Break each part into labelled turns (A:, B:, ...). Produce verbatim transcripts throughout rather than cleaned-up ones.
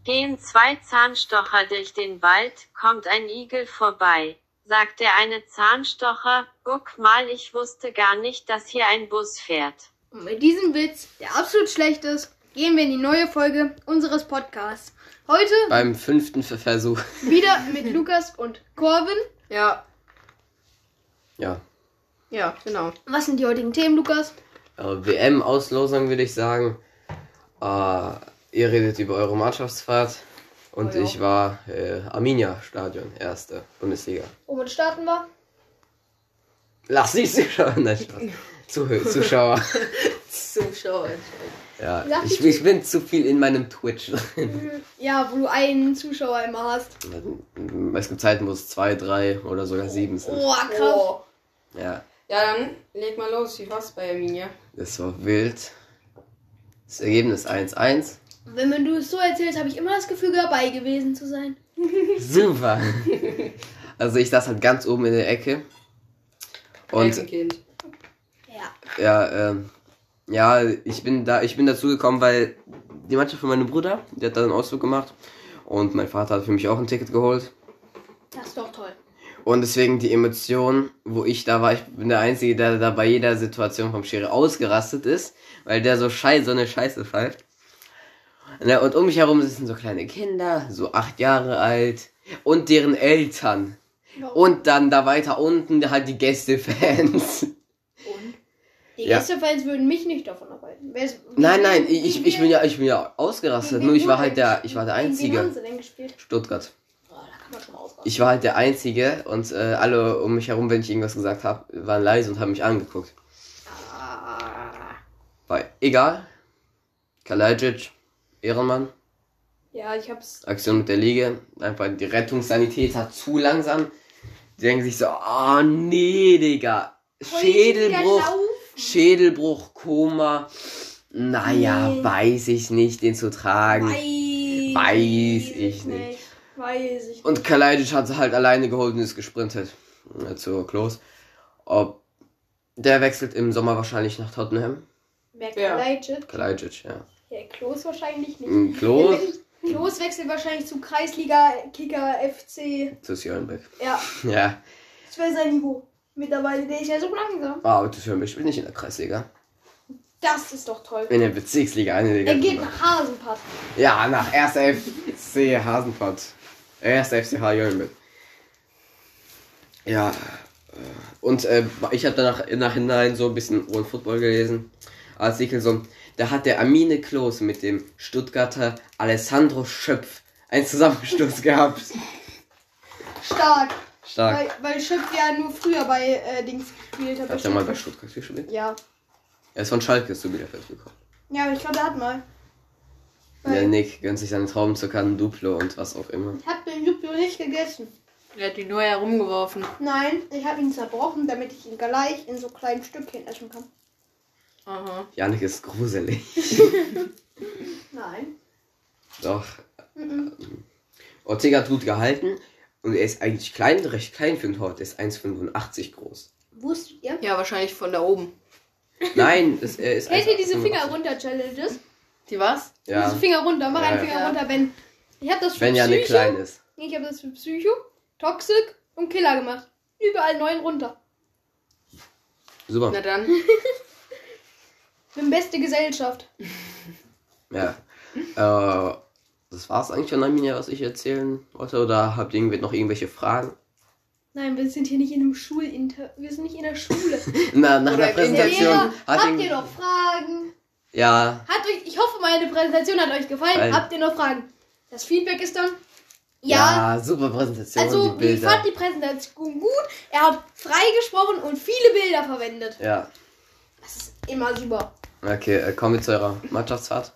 A: Gehen zwei Zahnstocher durch den Wald, kommt ein Igel vorbei. Sagt der eine Zahnstocher, guck mal, ich wusste gar nicht, dass hier ein Bus fährt.
B: Und mit diesem Witz, der absolut schlecht ist, gehen wir in die neue Folge unseres Podcasts. Heute
C: beim fünften Versuch.
B: Wieder mit Lukas und Corvin.
D: Ja.
C: Ja.
D: Ja, genau.
B: Was sind die heutigen Themen, Lukas?
C: Äh, W M-Auslosung würde ich sagen. Äh, ihr redet über eure Mannschaftsfahrt. Und
D: Oh ja.
C: ich war äh, Arminia-Stadion, erste Bundesliga.
B: Womit starten wir?
C: Lass nicht zuschauen. Nein, Spaß. Zuh- Zuschauer.
D: Zuschauer.
C: Ja,
B: Sag die
C: ich, ich bin zu viel in meinem Twitch drin.
B: Ja, wo du einen Zuschauer immer hast.
C: Es gibt Zeiten, wo es zwei, drei oder sogar sieben sind.
B: Oh, krass.
D: Oh.
C: Ja,
D: Ja, dann leg mal los. Wie war's bei Arminia?
C: das war wild. Das Ergebnis eins eins.
B: Wenn man du es so erzählst, habe ich immer das Gefühl, dabei gewesen zu sein.
C: Super. Also ich saß halt ganz oben in der Ecke. Und
D: Elfenkind.
B: Ja.
C: ja, ähm, ja, ich bin da, ich bin dazu gekommen, weil die Mannschaft von meinem Bruder, der hat da einen Ausflug gemacht. Und mein Vater hat für mich auch ein Ticket geholt.
B: Das ist doch toll.
C: Und deswegen die Emotion, wo ich da war, ich bin der Einzige, der da bei jeder Situation vom Schiri ausgerastet ist, weil der so scheiße, so eine Scheiße pfeift. Und um mich herum sitzen so kleine Kinder, so acht Jahre alt, und deren Eltern.
B: Warum?
C: Und dann da weiter unten halt die Gästefans.
B: Und? Die
C: Ja.
B: Gästefans würden mich nicht davon abhalten. Wer ist,
C: Nein, nein,
B: gegen
C: ich,
B: wer-
C: ich bin ja, ich bin ja ausgerastet,
B: gegen
C: nur
B: wen
C: ich war
B: wurde
C: halt der,
B: denn-
C: ich war der
B: gegen wen haben
C: Einzige.
B: sie denn gespielt?
C: Stuttgart.
B: Oh, da kann man schon mal ausrasten.
C: Ich war halt der Einzige und äh, alle um mich herum, wenn ich irgendwas gesagt habe, waren leise und haben mich angeguckt.
B: Ah.
C: War egal. Kalajic, Ehrenmann.
B: Ja, ich hab's.
C: Aktion mit der Liga. Einfach die Rettungssanitäter zu langsam. Die denken sich so, oh nee, Digga. Schädelbruch. Schädelbruch, Koma. Naja,
B: Nee.
C: weiß ich nicht, den zu tragen.
B: Weiß,
C: Weiß ich nicht.
B: Weiß ich
C: Und Kalajic hat sie halt alleine geholt und ist gesprintet. Ja, zu Klos. Ob der wechselt im Sommer wahrscheinlich nach Tottenham.
B: Wer
D: Ja.
B: Kalajic?
C: Kalajic, ja.
B: Ja, Klos wahrscheinlich nicht.
C: Mm, Klos
B: Klos wechselt wahrscheinlich zu Kreisliga Kicker F C.
C: zu Sjörnbeck.
B: Ja,
C: Ja.
B: das wäre sein Niveau. Mittlerweile, der ist ja so langsam.
C: Ah, aber Sjörnbeck spielt nicht in der Kreisliga.
B: Das ist doch toll.
C: In der Bezirksliga, eine Liga.
B: Er geht
C: drüber.
B: nach Hasenpass.
C: Ja, nach erster F C Hasenpott. erster F C H Jörnbeck. Ja. äh, Und äh, ich habe danach im Nachhinein so ein bisschen World Football gelesen. Artikel so, da hat der Amine Klos mit dem Stuttgarter Alessandro Schöpf einen Zusammenstoß gehabt.
B: Stark.
C: Stark.
B: Weil, weil Schöpf ja nur früher bei äh, Dings gespielt hat.
C: Hat er mal bei Stuttgart gespielt?
B: Ja.
C: Er ist von Schalke zu Bielefeld gekommen.
B: Ja, aber ich glaube, er hat mal.
C: Der
B: Weil
C: Nick gönnt sich seine Traumzuckern, Duplo und was auch immer.
B: ich habe den Duplo nicht gegessen.
D: Er hat die nur herumgeworfen.
B: Nein, ich habe ihn zerbrochen, damit ich ihn gleich in so kleinen Stückchen essen kann.
D: Aha.
C: Janik ist gruselig.
B: Nein.
C: Doch.
B: Mhm.
C: Ortega hat gut gehalten und er ist eigentlich klein, recht klein für einen Hort. Er ist eins Komma fünfundachtzig groß.
B: Wusstet ihr?
D: Ja, wahrscheinlich von da oben.
C: Nein, das, er ist
B: Kennt ihr diese
C: eins Komma fünfundachtzig.
B: Finger-Runter-Challenges?
D: Die was?
C: Ja,
B: Diese Finger runter, mach
C: Ja,
B: einen
C: ja.
B: Finger
D: Ja.
B: runter, wenn. Ich habe das für
C: wenn Janik
B: Psycho.
C: klein ist.
B: Ich habe das für Psycho, Toxic und Killer gemacht. Überall neun runter.
C: Super.
D: Na dann.
B: Bin beste Gesellschaft.
C: Ja. Äh, das war's eigentlich von Arminia, was ich erzählen wollte. Oder habt ihr irgendwie noch irgendwelche Fragen?
B: Nein, wir sind hier nicht in einem Schulinter. Wir sind nicht in der Schule.
C: Na, nach
D: Oder
C: der
D: in der
C: Präsentation
B: Lehrer,
C: hat
B: habt
C: irgendwie-
B: ihr noch Fragen?
C: Ja,
B: Hat euch, ich hoffe, meine Präsentation hat euch gefallen.
C: Nein.
B: Habt ihr noch Fragen? Das Feedback ist dann. Ja.
C: ja, super Präsentation,
B: Also,
C: die
B: ich fand
C: Bilder.
B: die Präsentation gut. Er hat frei gesprochen und viele Bilder verwendet.
C: Ja,
B: Das ist immer super.
C: okay, äh, kommen wir zu eurer Mannschaftsfahrt.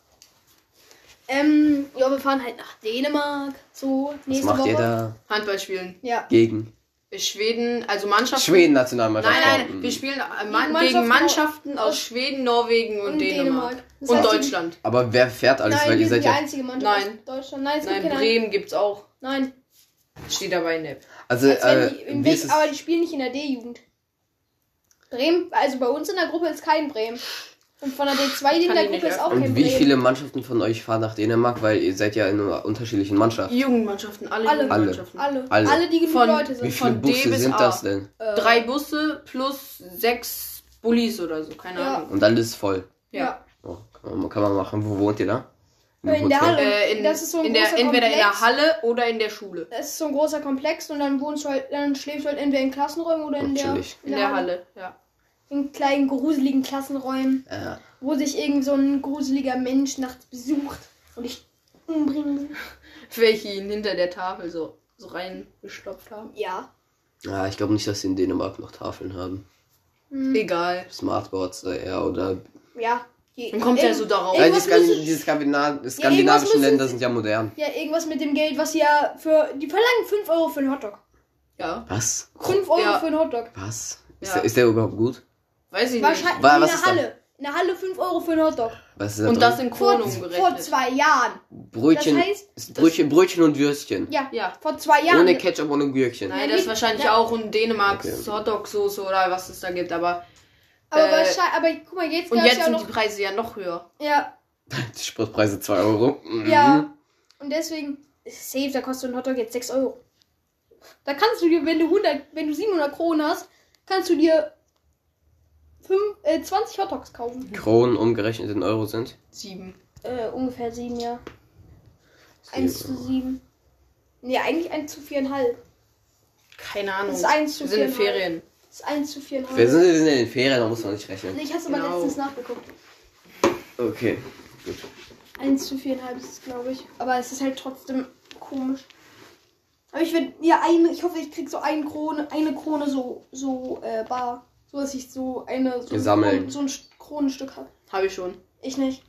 B: Ähm, ja, wir fahren halt nach Dänemark. So,
C: Was
B: nächste
C: macht
B: Woche.
C: ihr da
D: Handball spielen.
B: Ja.
C: gegen
D: Schweden, also Mannschaften.
C: Schweden-Nationalmannschaft?
D: Nein, nein, wir spielen äh, Mann,
B: Mannschaften
D: gegen Mannschaften
B: aus-
D: aus Schweden, Norwegen und,
B: und
D: Dänemark.
B: Dänemark. Das
D: Und
B: heißt, die-
D: Deutschland.
C: Aber wer fährt alles?
B: Nein,
C: Weil
B: wir
C: ihr
B: sind
C: seid
B: die
C: ja.
B: einzige Mannschaft
D: Nein.
B: aus Deutschland. Nein, es gibt
D: Nein,
B: keine.
D: Bremen gibt's auch.
B: Nein.
D: Steht dabei in der App.
C: Also,
B: Als wenn
C: äh,
B: die, in
C: wie
B: welch,
C: ist es?
B: aber die spielen nicht in der D-Jugend. Bremen, also bei uns in der Gruppe ist kein Bremen. Und von der D zwei in
D: Kann
B: der
D: ich nicht
B: Gruppe ist auch
C: Und
B: kein
C: wie
B: Problem.
C: viele Mannschaften von euch fahren nach Dänemark? Weil ihr seid ja in einer unterschiedlichen Mannschaft.
D: Jugendmannschaften, alle,
B: Alle.
D: Jugendmannschaften.
B: Alle.
C: Alle.
B: Alle, die genug
D: Von-
B: Leute
C: Wie
B: sind.
C: viele
D: Von D
C: Busse
D: bis
C: sind
D: A.
C: das denn?
B: Äh,
D: Drei Busse plus sechs Bullis oder so, keine
B: Ja.
D: Ahnung.
C: Und alles voll.
B: Ja.
C: Oh, kann, man, kann man machen. Wo wohnt ihr da?
B: In der
C: Hotel?
B: Halle.
D: Äh, in,
B: Das ist so ein
D: in der,
B: großer
D: entweder in der
B: Komplex.
D: Halle oder in der Schule.
B: Das ist so ein großer Komplex und dann wohnst du halt, dann schläfst du halt entweder in Klassenräumen oder in
C: Oh,
B: der,
C: chillig.
D: In der Halle, ja.
B: In kleinen, gruseligen Klassenräumen,
C: Ja.
B: wo sich irgend so ein gruseliger Mensch nachts besucht und dich umbringen will.
D: Welche ihn hinter der Tafel so, so reingestopft haben.
B: Ja.
C: Ja, ich glaube nicht, dass sie in Dänemark noch Tafeln haben.
B: Hm.
D: Egal.
C: Smartboards äh, ja, oder.
B: Ja. Die-
D: Dann kommt ja
B: irgend-
D: so darauf.
C: Ja, die,
B: Irgendwas
C: Skandin
B: müssen-
C: die Skandinav
B: irgendwas
C: skandinavischen
B: müssen
C: Länder
B: sie-
C: sind ja modern.
B: Ja, irgendwas mit dem Geld, was sie ja für. Die verlangen fünf Euro für einen Hotdog.
D: Ja.
C: Was?
B: fünf Euro
D: Ja.
B: für einen Hotdog.
C: Was? Ist,
D: Ja.
C: der, ist der überhaupt gut?
D: Weiß ich
B: Wahrscheinlich
D: nicht.
C: Wa-
B: in
C: was
B: der
C: ist da?
B: Halle. In der Halle fünf Euro für einen Hotdog.
C: Was ist da
D: Und
C: drin?
D: das in
B: Vor,
D: Kronen
B: vor
D: umgerechnet.
B: zwei Jahren.
C: Brötchen,
B: Das heißt-
C: ist Brötchen, Brötchen und Würstchen.
B: Ja,
D: Ja.
B: vor zwei Jahren.
C: Ohne Ketchup, ohne Gürkchen.
D: Nein,
B: Ja,
D: das ist
B: wie-
D: wahrscheinlich
B: ja.
D: auch in Dänemarks
C: Okay.
D: Hotdog-Soße oder was es da gibt. Aber
B: aber
D: äh,
B: wahrscheinlich, aber guck mal, jetzt
D: und
B: gab's
D: jetzt
B: ja
D: sind
B: noch.
D: die Preise ja noch höher.
B: Ja,
C: Die Spritpreise zwei Euro. Mhm.
B: ja. Und deswegen, safe, da kostet ein Hotdog jetzt sechs Euro. Da kannst du dir, wenn du hundert, wenn du siebenhundert Kronen hast, kannst du dir fünf, äh, zwanzig Hotdogs kaufen.
C: Kronen umgerechnet in Euro sind.
D: Sieben.
B: Äh, ungefähr sieben, ja. eins zu sieben. Nee, eigentlich eins zu viereinhalb.
D: Keine Ahnung.
B: Das ist eins zu
D: Wir sind in
B: viereinhalb.
D: Ferien.
B: Das ist eins zu viereinhalb.
C: Wir sind, wir sind in den Ferien, da muss man nicht rechnen.
B: Nee, ich hab's aber
D: Genau.
B: letztens nachgeguckt.
C: Okay, gut.
B: eins zu viereinhalb ist es, glaube ich. Aber es ist halt trotzdem komisch. Aber ich will, ja, eine, ich hoffe, ich krieg so eine Krone, eine Krone so, so, äh, bar. So, dass ich so eine, so, ein
C: Sammeln.
B: Kronen- so ein St- Kronenstück habe.
D: Habe ich schon.
B: Ich nicht.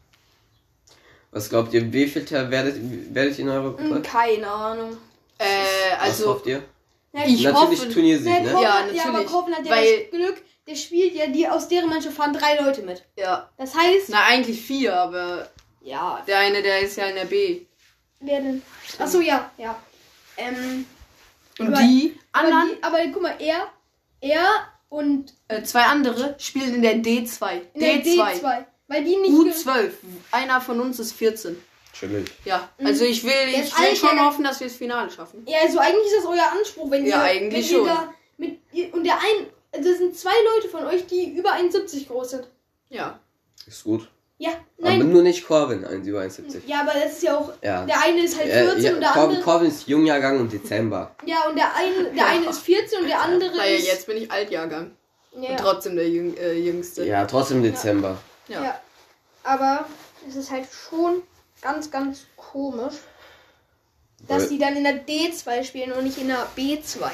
C: Was glaubt ihr, wie viel Teil werdet, werdet ihr in eurer
B: Hm,
C: Gruppe?
B: keine Ahnung.
D: Äh,
C: Was
D: also.
C: hofft ihr?
B: Ja,
D: Ich
C: Natürlich
D: hoffe-
C: Turniersieg,
B: ja,
C: ne?
B: Korven
D: Ja,
B: hat- ja, aber
D: natürlich,
B: Korven hat ja
D: weil-
B: das Glück, der spielt ja, die aus deren Mannschaft fahren drei Leute mit.
D: Ja.
B: Das heißt,
D: Na, eigentlich vier, aber
B: ja,
D: der eine, der ist ja in der B.
B: wer denn? Achso, ja, ja. Ähm,
D: Und
B: Aber-
D: die
B: aber,
D: anderen,
B: die, aber guck mal, er, er und
D: äh, zwei andere, spielen in der D zwei.
B: in der
D: D zwei.
B: D zwei. Weil die nicht.
D: U
B: ge-
D: zwölf. Einer von uns ist vierzehn.
C: Chillig.
D: Ja, also ich will,
B: Der
D: ich
B: ist
D: will
B: alt,
D: schon
B: der-
D: hoffen, dass wir das Finale schaffen.
B: Ja, also eigentlich ist das euer Anspruch, wenn
D: Ja,
B: ihr.
D: eigentlich
B: wenn
D: schon.
B: Ihr da mit, ihr, und der ein. Das sind zwei Leute von euch, die über eins Komma siebzig groß sind.
D: Ja.
C: Ist gut.
B: Ja,
C: Aber
B: nein.
C: nur nicht Corvin, eins über eins Komma siebzig.
B: Ja, aber das ist ja auch.
C: Ja.
B: Der eine ist halt
C: Ja,
B: vierzehn
C: ja,
B: und der
C: Corvin,
B: andere.
C: Corvin ist Jungjahrgang und Dezember.
B: Ja, und der eine, der eine ist vierzehn und der andere
D: Naja,
B: ist.
D: jetzt bin ich Altjahrgang.
B: Ja,
D: Und trotzdem der Jüng, äh, Jüngste.
C: Ja, trotzdem Dezember.
D: Ja.
B: ja. Aber es ist halt schon ganz, ganz komisch, dass
C: Weil-
B: die dann in der D zwei spielen und nicht in der B zwei.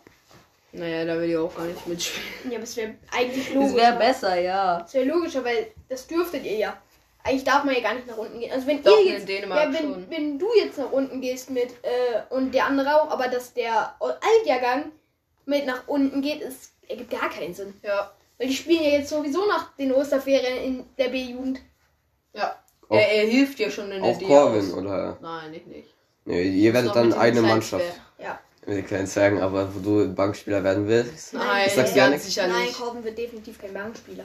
D: Naja, da will ich auch gar nicht mitspielen.
B: Ja, aber es wäre eigentlich logisch.
D: besser, ja.
B: Das wäre logischer, weil das dürftet ihr ja. Eigentlich darf man ja gar nicht nach unten gehen. Also wenn
D: Doch,
B: ihr
D: in
B: jetzt,
D: Dänemark
B: ja, wenn,
D: schon.
B: wenn du jetzt nach unten gehst mit äh, und der andere auch, aber dass der Altjahrgang mit nach unten geht, ist, ergibt gar keinen Sinn.
D: Ja.
B: Weil die spielen ja jetzt sowieso nach den Osterferien in der B-Jugend.
D: Ja.
C: Auch-
D: Er, er hilft dir schon in der
C: Auch
D: D
C: Corvin,
D: aus.
C: oder?
D: Nein, ich nicht.
C: Nee, ihr werdet
D: Noch
C: dann
D: mit dem
C: eine
D: kleinen
C: Mannschaft.
D: Schwert.
B: Ja.
C: Mit den kleinen Zwergen, aber wo du Bankspieler werden willst.
D: Nein,
C: Ich sag's
D: ganz
C: gar nicht.
D: sicher
B: Nein,
D: nicht.
B: Korben wird definitiv kein Bankspieler.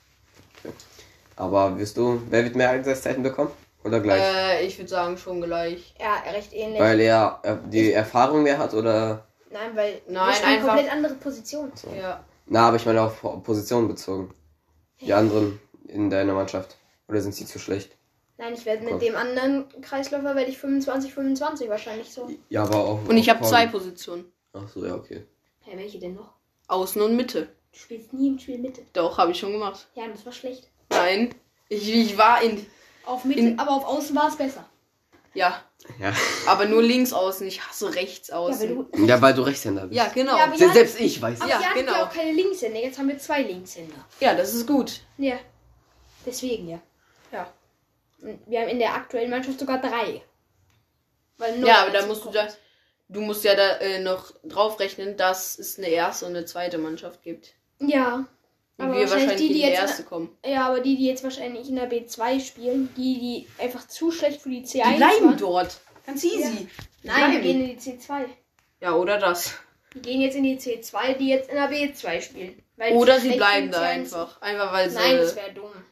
C: Aber wirst du, wer wird mehr Einsatzzeiten bekommen? Oder gleich?
D: Äh, ich würde sagen schon gleich.
B: Ja, recht ähnlich.
C: Weil er äh, die Erfahrung mehr hat oder.
B: Nein, weil
D: Nein,
B: wir spielen
D: einfach-
B: komplett andere Positionen.
D: Ja.
C: Na, aber ich meine auf Po- Position bezogen. Die anderen in deiner Mannschaft. Oder sind sie zu schlecht?
B: Nein, ich werde mit
C: Komm.
B: dem anderen Kreisläufer werde ich fünfundzwanzig, fünfundzwanzig wahrscheinlich so.
C: Ja, aber auch.
D: Und ich
C: auch
D: habe zwei
C: Corvin.
D: Positionen.
C: Ach so, ja, okay.
B: Hä, welche denn noch?
D: Außen und Mitte.
B: Du spielst nie im Spiel Mitte.
D: Doch, habe ich schon gemacht.
B: Ja, das war schlecht.
D: Nein. Ich, ich war in.
B: Auf Mitte,
D: In-
B: aber auf Außen war es besser.
D: Ja.
C: Ja.
D: Aber nur links außen. Ich hasse rechts
B: Ja, weil
D: außen.
B: du.
C: Ja, weil du Rechtshänder bist.
D: Ja, genau.
B: Ja, aber-
C: Se- Selbst ich weiß.
B: Aber
D: Ja,
B: ihr hattet
D: genau.
B: ja auch keine Linkshänder. Jetzt haben wir zwei Linkshänder.
D: Ja, das ist gut.
B: Ja. Deswegen ja.
D: Ja.
B: Und wir haben in der aktuellen Mannschaft sogar drei. Weil noch
D: Ja, aber da
B: eins
D: musst du
B: kommt.
D: da. Du musst ja da äh, noch draufrechnen, dass es eine erste und eine zweite Mannschaft gibt.
B: Ja.
D: Und
B: Aber
D: wir
B: wahrscheinlich
D: wahrscheinlich
B: die,
D: in
B: die
D: die
B: jetzt.
D: erste kommen.
B: Ja, aber die, die jetzt wahrscheinlich in der B zwei spielen, die, die einfach zu schlecht für die C
D: Die
B: eins
D: bleiben
B: waren.
D: dort. Ganz easy.
B: Ja.
D: Die
B: Nein, die
D: bleiben.
B: gehen in die C zwei.
D: Ja, oder das.
B: Die gehen jetzt in die C zwei, die jetzt in der B zwei spielen. Weil
D: Oder
B: zu
D: sie
B: schlecht
D: bleiben
B: für die
D: da
B: C eins
D: einfach. Einfach weil sie.
B: Nein, das wäre dumm.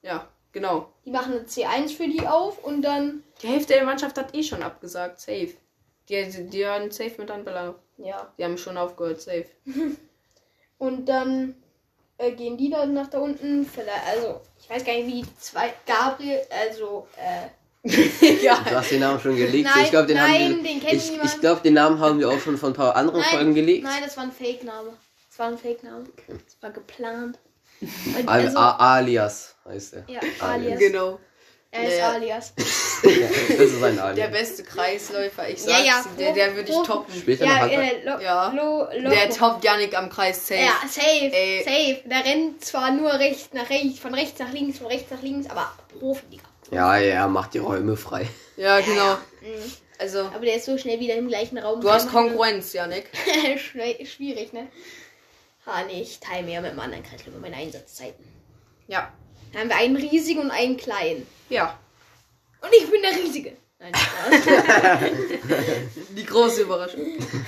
D: Ja, genau.
B: Die machen eine C eins für die auf und dann,
D: Die Hälfte der Mannschaft hat eh schon abgesagt. Safe. Die, die, die hören safe mit Anbelang.
B: ja,
D: Die haben schon aufgehört, safe.
B: und dann äh, gehen die dann nach da unten. Vielleicht, also, ich weiß gar nicht, wie die zwei, Gabriel, also, äh,
D: ja.
C: Du hast den Namen schon geleakt.
B: Nein,
C: ich glaube, den,
B: nein,
C: haben wir-
B: den kennt
C: ich,
B: niemand.
C: ich glaube, den Namen haben wir auch schon von ein paar anderen Folgen geleakt.
B: nein, das war ein Fake-Name. Das war ein Fake-Name. Das war geplant. Und
C: Al
B: also,
C: A- alias heißt er.
B: ja, alias.
D: Genau.
B: Er ist
D: Ja.
B: alias.
C: Ja, das ist ein
D: Der
C: Alias.
D: beste Kreisläufer, ich
B: Ja,
D: sag's
B: ja,
D: dir, der, der würde ich
B: Pro-
D: toppen.
C: Spielt er noch
B: Ja,
C: Handball?
B: äh, lo,
D: Ja.
B: Lo, lo,
D: Der toppt Yannick am Kreis safe.
B: Ja, safe,
D: Ey.
B: safe. Der rennt zwar nur rechts nach rechts, von rechts nach links, von rechts nach links, aber Profi, Digga.
C: Ja, ja, macht die Räume frei.
D: Ja, genau.
B: Mhm.
D: Also,
B: Aber der ist so schnell wieder im gleichen Raum.
D: du hast Konkurrenz, Yannick.
B: Schwe- Schwierig, ne? Ha, nee, ich teile mir mit dem anderen Krettel über meine Einsatzzeiten.
D: Ja.
B: Da haben wir einen riesigen und einen kleinen.
D: Ja.
B: Und ich bin der Riesige. Nein, Spaß.
D: Die große Überraschung.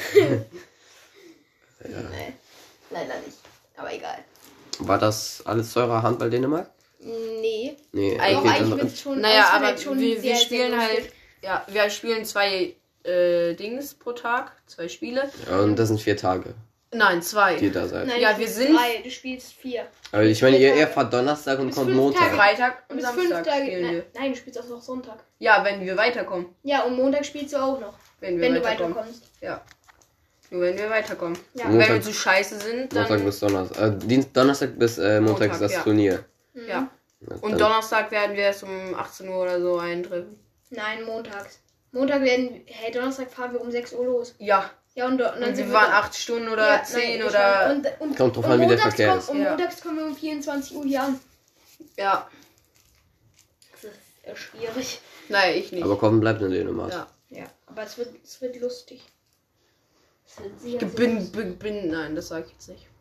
B: Nee, leider nicht. Aber egal.
C: War das alles teurer Handball Dänemark?
B: Nee.
C: Nee,
B: Doch,
C: okay,
B: eigentlich
C: dann,
B: wird es schon.
D: Naja,
B: es wird
D: aber
B: halt schon
D: wir, wir
B: sehr, sehr
D: spielen
B: lustig.
D: halt, ja, wir spielen zwei äh, Dings pro Tag, zwei Spiele.
C: ja, und das sind vier Tage,
D: Nein, zwei.
C: die ihr da seid.
B: Nein,
D: Ja,
B: du
D: wir
B: spielst
D: sind-
B: drei, du spielst vier.
C: Aber ich meine,
B: vier
C: ihr, ihr
B: Tage.
C: fahrt Donnerstag und
B: Bis
C: kommt
B: fünf
C: Montag.
B: Tage.
D: Freitag
B: Du
D: und
B: bist fünf
D: Samstag
B: Tage.
D: spielen
B: Nein,
D: wir.
B: nein, du spielst auch noch Sonntag.
D: Ja, wenn wir weiterkommen.
B: Ja, und Montag spielst du auch noch.
D: Wenn wir
B: Wenn du
D: weiterkommen.
B: weiterkommst.
D: Ja. Nur wenn wir weiterkommen.
B: Ja.
D: Und wenn wir
C: Montag-
D: zu scheiße sind, dann.
C: Montag bis Donnerstag. Äh, Dienst, Donnerstag bis äh, Montag,
D: Montag,
C: ist das
D: ja.
C: Turnier.
D: Ja.
C: Ja,
D: Und
C: dann-
D: Donnerstag werden wir erst um achtzehn Uhr oder so eintreffen.
B: Nein, montags. Montag werden, hey, Donnerstag fahren wir um sechs Uhr los.
D: Ja.
B: Ja, und, do- und dann
D: Und
B: sind
D: wir
B: wir
D: waren
B: da-
D: acht Stunden oder
B: Ja,
D: zehn
B: nein, ich
D: oder.
B: weiß. Und, und,
C: Kommt drauf
B: und
C: an, wie der
B: montags
C: Verkehr
B: kommt,
C: ist.
B: Und
D: Ja.
B: montags kommen wir um vierundzwanzig Uhr hier an.
D: Ja.
B: Das ist äh, schwierig.
D: Nein, ich nicht.
C: Aber kommen bleibt in Dänemark.
D: Ja.
B: Ja, aber es wird, es wird lustig. Es wird sehr,
D: Ich
B: sehr
D: bin,
B: lustig.
D: bin, bin. Nein, das sag ich jetzt nicht.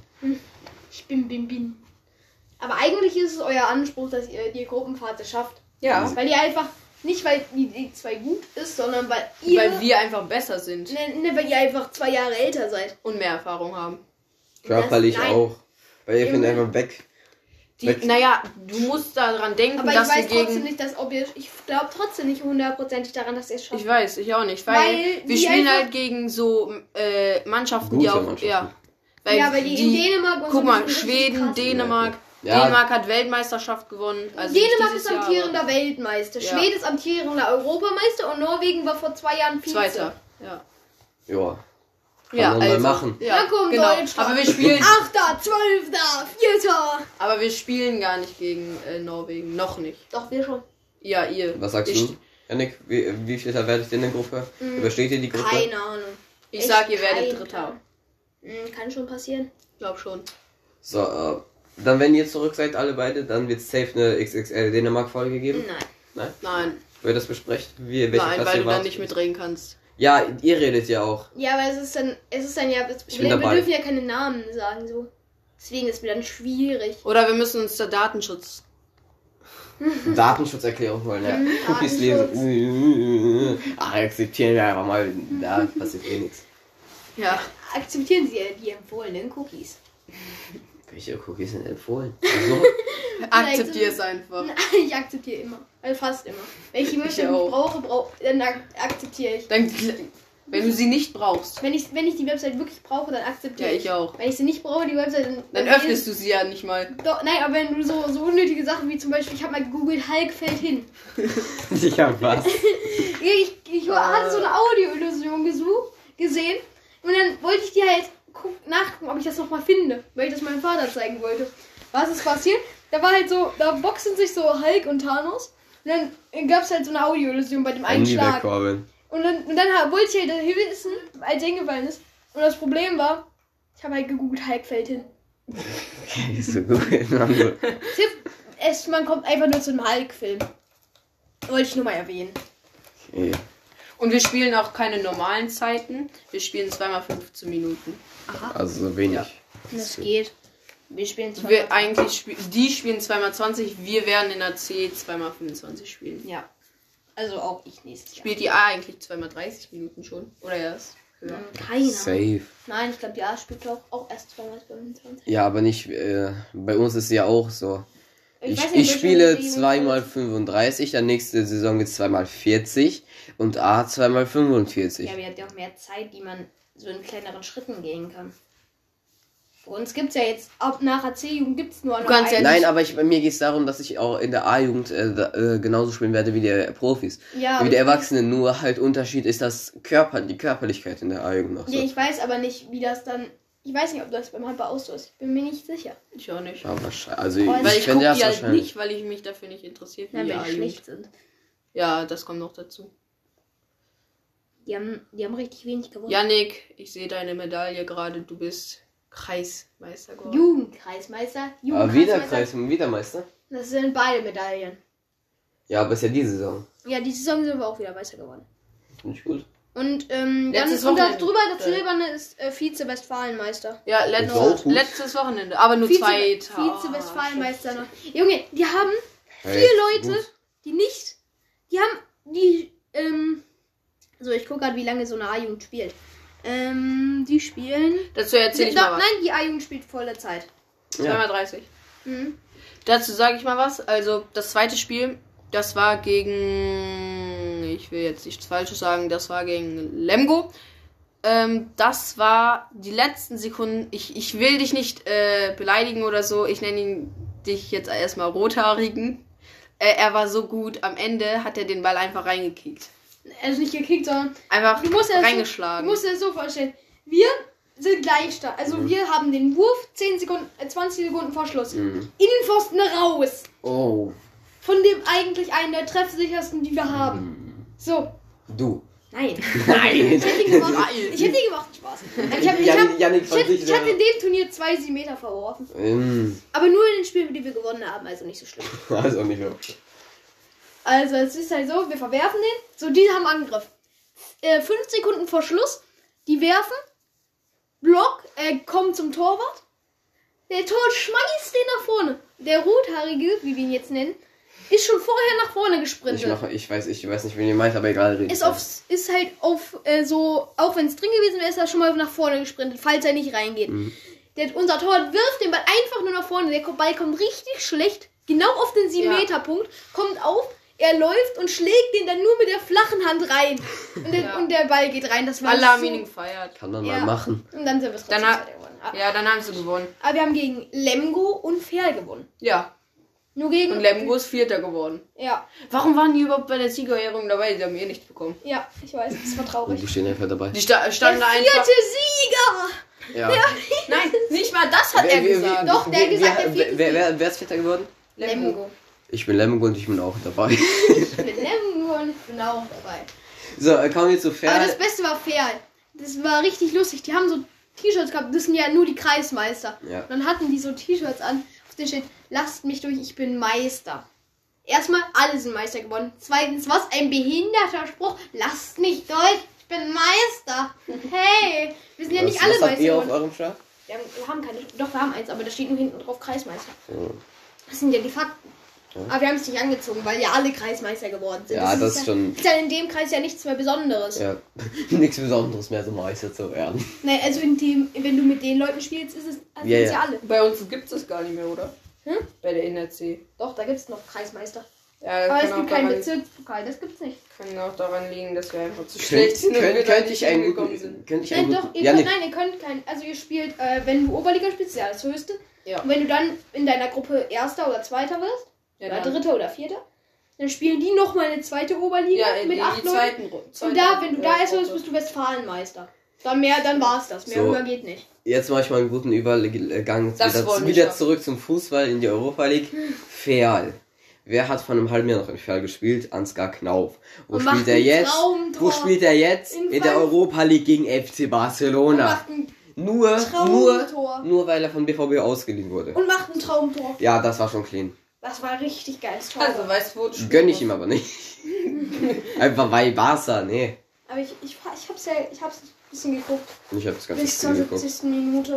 B: Ich bin, bin, bin. Aber eigentlich ist es euer Anspruch, dass ihr die Gruppenfahrt schafft.
D: Ja.
B: Weil ihr einfach, nicht weil die D zwei gut ist, sondern weil ihr,
D: Weil wir einfach besser sind
B: ne, ne, weil ihr einfach zwei Jahre älter seid.
D: und mehr Erfahrung haben.
C: Körperlich
B: Das- nein.
C: auch. Weil ihr könnt
B: Junge.
C: einfach weg.
D: Die,
C: Weg.
D: naja, du musst daran denken,
B: Aber ich
D: dass wir
B: weiß trotzdem
D: gegen.
B: nicht, dass ob ihr, ich glaube trotzdem nicht hundertprozentig daran, dass ihr es schafft.
D: Ich weiß, ich auch nicht, weil,
B: Weil
D: wir
B: die
D: spielen
B: einfach-
D: halt gegen so äh, Mannschaften, die
C: Gute
D: auch.
C: Mannschaften.
D: Ja. Weil
B: ja, weil die, in Dänemark und
D: Guck
B: so,
D: mal,
B: die sind richtig
D: Schweden,
B: krass.
D: Dänemark.
C: Ja.
D: Dänemark hat Weltmeisterschaft gewonnen. Also nicht
B: Dänemark
D: dieses
B: ist
D: Jahr,
B: amtierender Weltmeister.
D: Ja.
B: Schweden ist amtierender Europameister und Norwegen war vor zwei Jahren
D: aber
B: Vize.
D: Zweiter. Ja.
C: Ja. Kann
D: Ja,
C: man mal
D: also,
C: machen.
D: Ja,
B: Dann kommt
D: genau.
B: Deutschland.
D: Aber wir spielen,
B: Achter, Zwölfter, Vierter.
D: aber wir spielen gar nicht gegen äh, Norwegen, noch nicht.
B: Doch, wir schon.
D: Ja, ihr.
C: Was sagst
D: ich,
C: du? Janik, wie, wie viel werdet ihr in der Gruppe? Übersteht ihr die Gruppe?
B: Keine Ahnung.
D: Ich
B: Echt
D: sag, ihr werdet
B: kein
D: Dritter.
B: Plan. Hm, kann schon passieren.
D: Ich glaub schon.
C: So, äh, dann wenn ihr zurück seid, alle beide, dann wird es safe eine X X L Dänemark-Folge geben.
B: Nein.
C: Nein?
D: Nein,
C: Wo ihr das besprecht? Wie, welche
D: nein,
C: Klasse
D: weil
C: ihr
D: du dann
C: wart?
D: nicht mitreden kannst.
C: Ja, ihr redet ja auch.
B: Ja, aber es ist dann, es ist dann ja das
C: Ich bin
B: Problem, wir
C: dabei.
B: dürfen ja keine Namen sagen so. Deswegen ist es mir dann schwierig.
D: Oder wir müssen uns der Datenschutz.
C: Datenschutzerklärung wollen, ja. Cookies lesen. Ach, akzeptieren wir einfach mal. Da passiert eh nichts.
D: Ja.
B: Akzeptieren Sie die empfohlenen Cookies.
C: Welche Cookies sind empfohlen? Also,
D: Akzeptier es einfach.
B: Ich akzeptiere immer. Also fast immer. Wenn ich die Website
D: auch.
B: brauche, brauch, dann ak akzeptiere ich.
D: Dann, wenn du sie nicht brauchst.
B: Wenn ich, wenn ich die Website wirklich brauche, dann akzeptiere
D: Ja,
B: ich.
D: ich auch.
B: Wenn ich sie nicht brauche, die Website, dann...
D: Dann öffnest du sie ja nicht mal.
B: Doch, nein, aber wenn du so, so unnötige Sachen wie zum Beispiel, ich habe mal gegoogelt, Hulk fällt hin.
C: ich hab was.
B: Ich, ich hatte so eine Audioillusion gesucht, gesehen und dann wollte ich die halt guck, nachgucken, ob ich das nochmal finde, weil ich das meinem Vater zeigen wollte. Was ist passiert? Da war halt so, da boxen sich so Hulk und Thanos und dann gab es halt so eine Audioillusion bei dem einen
C: Handy
B: Schlag.
C: wegkommen.
B: Und dann, und dann ha- wollte ich halt wissen, als er hingefallen ist. Und das Problem war, ich habe halt gegoogelt, Hulk fällt hin.
C: Ist so gut. Also,
B: Tipp, es, man kommt einfach nur zu einem Hulk-Film. Wollte ich nur mal erwähnen.
C: okay.
D: Und wir spielen auch keine normalen Zeiten. Wir spielen zweimal fünfzehn Minuten.
C: Also so wenig.
D: Ja.
B: Das geht. Wir spielen zwar.
D: Wir eigentlich sp die spielen zweimal zwanzig, wir werden in der C zweimal fünfundzwanzig spielen.
B: Ja. Also auch ich nächstes Jahr.
D: Spielt die A eigentlich zweimal dreißig Minuten schon? Oder erst höher?
B: Keiner.
C: Safe.
B: Nein, ich glaube, ja, spielt auch, auch erst zweimal fünfundzwanzig.
C: Ja, aber nicht, äh, bei uns ist ja auch so. Ich,
B: weiß
C: ich,
B: nicht, welche
C: spiele
B: Liga
C: zwei
B: das
C: mal
B: ist.
C: fünfunddreißig, dann nächste Saison geht's zwei mal vierzig und A zwei mal fünfundvierzig.
B: Ja, aber ihr habt ja auch mehr Zeit, die man so in kleineren Schritten gehen kann. Bei uns gibt es ja jetzt, ab nach A C-Jugend gibt es nur noch
D: kannst ja
B: einen.
C: Nein, aber ich, bei mir geht es darum, dass ich auch in der A-Jugend äh, da, äh, genauso spielen werde wie die Profis.
B: Ja,
C: wie
B: aber
C: die Erwachsenen, nur halt Unterschied ist das Körper, die Körperlichkeit in der A-Jugend noch so.
B: Ja, ich weiß aber nicht, wie das dann. Ich weiß nicht, ob das beim Handball auch so ist. Ich bin mir nicht sicher.
D: Ich auch nicht.
C: Ja, wahrscheinlich. Also
B: Weil
C: ich,
D: Weil ich
C: finde
D: gucke
C: das
D: die halt
C: wahrscheinlich.
D: nicht, weil ich mich dafür nicht interessiert.
B: Nein,
D: wie
B: wenn
D: die
B: die
D: A-Jugend.
B: schlecht sind.
D: Ja, das kommt noch dazu.
B: Die haben, die haben richtig wenig gewonnen.
D: Yannick, ich sehe deine Medaille gerade. Du bist Kreismeister geworden.
B: Jugendkreismeister.
C: Aber wieder
B: Jugendkreismeister.
C: Kreis und wieder Meister?
B: Das sind beide Medaillen.
C: Ja, aber ist ja diese Saison.
B: Ja, die Saison sind wir auch wieder Meister geworden.
C: Finde ich gut.
B: Und ähm, dann
D: Letztes
B: und das
D: Wochenende.
B: drüber, das
D: Äh.
B: Silberne ist äh, Vize-Westfalenmeister.
D: Ja,
C: Ist auch
D: letztes,
C: gut.
D: letztes Wochenende. Aber nur
B: Vize-
D: zwei Tage.
B: Vize-Westfalenmeister noch. Junge, die haben
C: Ja,
B: vier
C: jetzt
B: Leute,
C: gut.
B: die nicht, die haben, die, ähm, so ich gucke gerade, wie lange so eine A-Jugend spielt. Ähm, die spielen,
D: Dazu erzähle ich
B: Da-
D: mal was.
B: nein, die A-Jugend spielt volle Zeit.
D: zwei mal dreißig.
B: Mhm.
D: Dazu sage ich mal was. Also, das zweite Spiel, das war gegen. Ich will jetzt nichts Falsches sagen, das war gegen Lemgo. Ähm, das war die letzten Sekunden. Ich, ich will dich nicht äh, beleidigen oder so. Ich nenne ihn dich jetzt erstmal Rothaarigen. Äh, er war so gut. Am Ende hat er den Ball einfach reingekickt.
B: Also nicht gekickt, sondern
D: Einfach
B: du musst ja so,
D: reingeschlagen.
B: du musst dir das so vorstellen. Wir sind gleich stark. Also
C: Mhm.
B: wir haben den Wurf zehn Sekunden, äh, zwanzig Sekunden vor Schluss.
C: Mhm.
B: Innenpfosten raus.
C: Oh.
B: Von dem eigentlich einen der treffsichersten, die wir haben. So.
C: Du.
B: Nein.
C: Nein.
B: Ich hätte ihn gemacht.
D: Geil.
B: Ich hätte ihn gemacht. Spaß. Ich, hab, ich,
C: Janik-
B: hab,
C: Janik
B: ich,
C: fand
B: hätte,
C: sich
B: ich hatte in
C: sehr-
B: dem Turnier zwei sieben Meter verworfen.
C: Ähm,
B: Aber nur in den Spielen, die wir gewonnen haben. Also nicht so schlimm.
C: also nicht wirklich.
B: Also es ist halt so, wir verwerfen den. So, die haben Angriff. Äh, fünf Sekunden vor Schluss. Die werfen. Block. Äh, kommen zum Torwart. Der Torwart schmeißt den nach vorne. Der Rothaarige, wie wir ihn jetzt nennen, ist schon vorher nach vorne
C: Ich
B: gesprintet.
C: mache, ich weiß, ich weiß nicht, wen ihr meint, aber egal. redet
B: Ist,
C: weiter.
B: auf, ist halt auf äh, so, auch wenn es drin gewesen wäre, ist er schon mal nach vorne gesprintet, falls er nicht reingeht.
C: Mhm.
B: Der, unser Torwart wirft den Ball einfach nur nach vorne. Der Ball kommt richtig schlecht, genau auf den sieben
D: Ja.
B: Meter Punkt, kommt auf, er läuft und schlägt den dann nur mit der flachen Hand rein. Und der,
D: Ja.
B: und der Ball geht rein. Das war
D: Alle haben
B: so,
D: ihn gefeiert.
C: Kann man
B: Ja.
C: mal machen.
B: Und dann sind wir trotzdem
D: Dann ha-
B: Zweiter geworden. Aber,
D: Ja, dann haben sie gewonnen.
B: aber wir haben gegen Lemgo und Ferl gewonnen.
D: Ja.
B: Nur gegen...
D: Und Lemgo ist Vierter geworden.
B: Ja,
D: Warum waren die überhaupt bei der Siegerehrung dabei? Die haben eh nichts bekommen.
B: ja, ich weiß, das war
C: Und
B: traurig.
C: die stehen einfach dabei.
D: Die sta
B: Der
D: standen da
B: vierte
D: einfach.
B: Sieger!
C: Ja.
D: Nein, nicht mal das hat
C: Wer-
D: er
C: wer-
D: gesagt.
B: Doch, der hat
C: wer-
B: gesagt,
C: wer-
B: der vierte
C: wer, wer, wer ist Vierter geworden?
B: Lemgo.
C: Ich bin Lemgo und ich bin auch dabei.
B: Ich bin Lemgo und ich bin auch dabei.
C: So, äh, kommen wir zu
B: Aber
C: Ferl.
B: das Beste war Ferl. Das war richtig lustig. Die haben so T-Shirts gehabt. Das sind ja nur die Kreismeister.
C: Ja.
B: Und dann hatten die so T-Shirts an, auf denen steht, lasst mich durch, ich bin Meister. Erstmal, alle sind Meister geworden. Zweitens, was ein behinderter Spruch. Lasst mich durch, ich bin Meister. Hey, wir sind ja nicht
C: was,
B: alle
C: was habt
B: Meister
C: ihr auf
B: geworden.
C: eurem Start?
B: Wir haben, wir haben keine, doch, wir haben eins, aber da steht nur hinten drauf Kreismeister.
C: Ja.
B: Das sind ja die Fakten.
C: Ja.
B: Aber wir haben es nicht angezogen, weil ja alle Kreismeister geworden sind.
C: Ja, das ist schon.
B: Ist ja in dem Kreis ja nichts mehr Besonderes.
C: Ja, nichts Besonderes mehr, so Meister zu werden.
B: Nein, also in dem, wenn du mit den Leuten spielst, ist es also
C: Ja,
B: sind's
C: ja.
B: ja alle.
D: Bei uns gibt es das gar nicht mehr, oder?
B: Hm?
D: Bei der N R C.
B: Doch, da gibt es noch Kreismeister.
D: Ja, das
B: Aber
D: kann
B: es
D: auch,
B: gibt keinen
D: daran,
B: Bezirkspokal, das gibt's nicht.
D: kann auch daran liegen, dass wir einfach zu
C: Könnt,
D: schlecht sind und wir
C: könnt,
D: da
C: könnte
D: nicht
C: ich einen
D: hingekommen
C: guten.
D: sind.
C: Könnte ich
B: Nein,
C: einen
B: doch,
C: guten.
B: ihr
C: Ja,
B: könnt,
C: nee.
B: nein, ihr könnt kein, also ihr spielt, äh, wenn du Oberliga spielst, ist ja das höchste.
D: Ja.
B: Und wenn du dann in deiner Gruppe Erster oder Zweiter wirst,
D: Ja,
B: oder
D: dann-
B: Dritter oder Vierter, dann spielen die nochmal eine zweite Oberliga
D: Ja, in
B: mit
D: die
B: acht Leuten.
D: zweiten Ru-
B: Und
D: zweite,
B: da, wenn du da
D: äh,
B: erst wirst,
D: Gruppe.
B: bist du Westfalenmeister. Dann mehr, dann war's das. Mehr
C: So.
B: höher geht nicht.
C: Jetzt mache ich mal einen guten Übergang
D: Das
C: wieder,
D: wollen wir
C: wieder
D: schaffen.
C: zurück zum Fußball in die Europa League. Ferl. Wer hat vor einem halben Jahr noch in Ferl gespielt? Ansgar Knauf. Wo
B: Und
C: spielt
B: macht
C: er
B: ein
C: jetzt?
B: Traumtor.
C: Wo spielt er jetzt?
B: In
C: In der
B: Freiburg.
C: Europa League gegen F C
B: Und
C: Barcelona.
B: macht ein,
C: Nur, nur,
B: Traumtor.
C: nur weil er von B V B ausgeliehen wurde.
B: und macht ein Traumtor.
C: Ja, das war schon clean.
B: Das war richtig geiles Tor.
D: Also, weißt du, wo du spielen
C: Gönn ich
D: musst?
C: ihm aber nicht. Einfach weil Barca, nee.
B: Aber ich, ich, ich hab's ja, ich hab's ein bisschen geguckt.
C: Ich habe das ganze
B: Bis zur
C: Spiel geguckt.
B: siebzigsten Minute.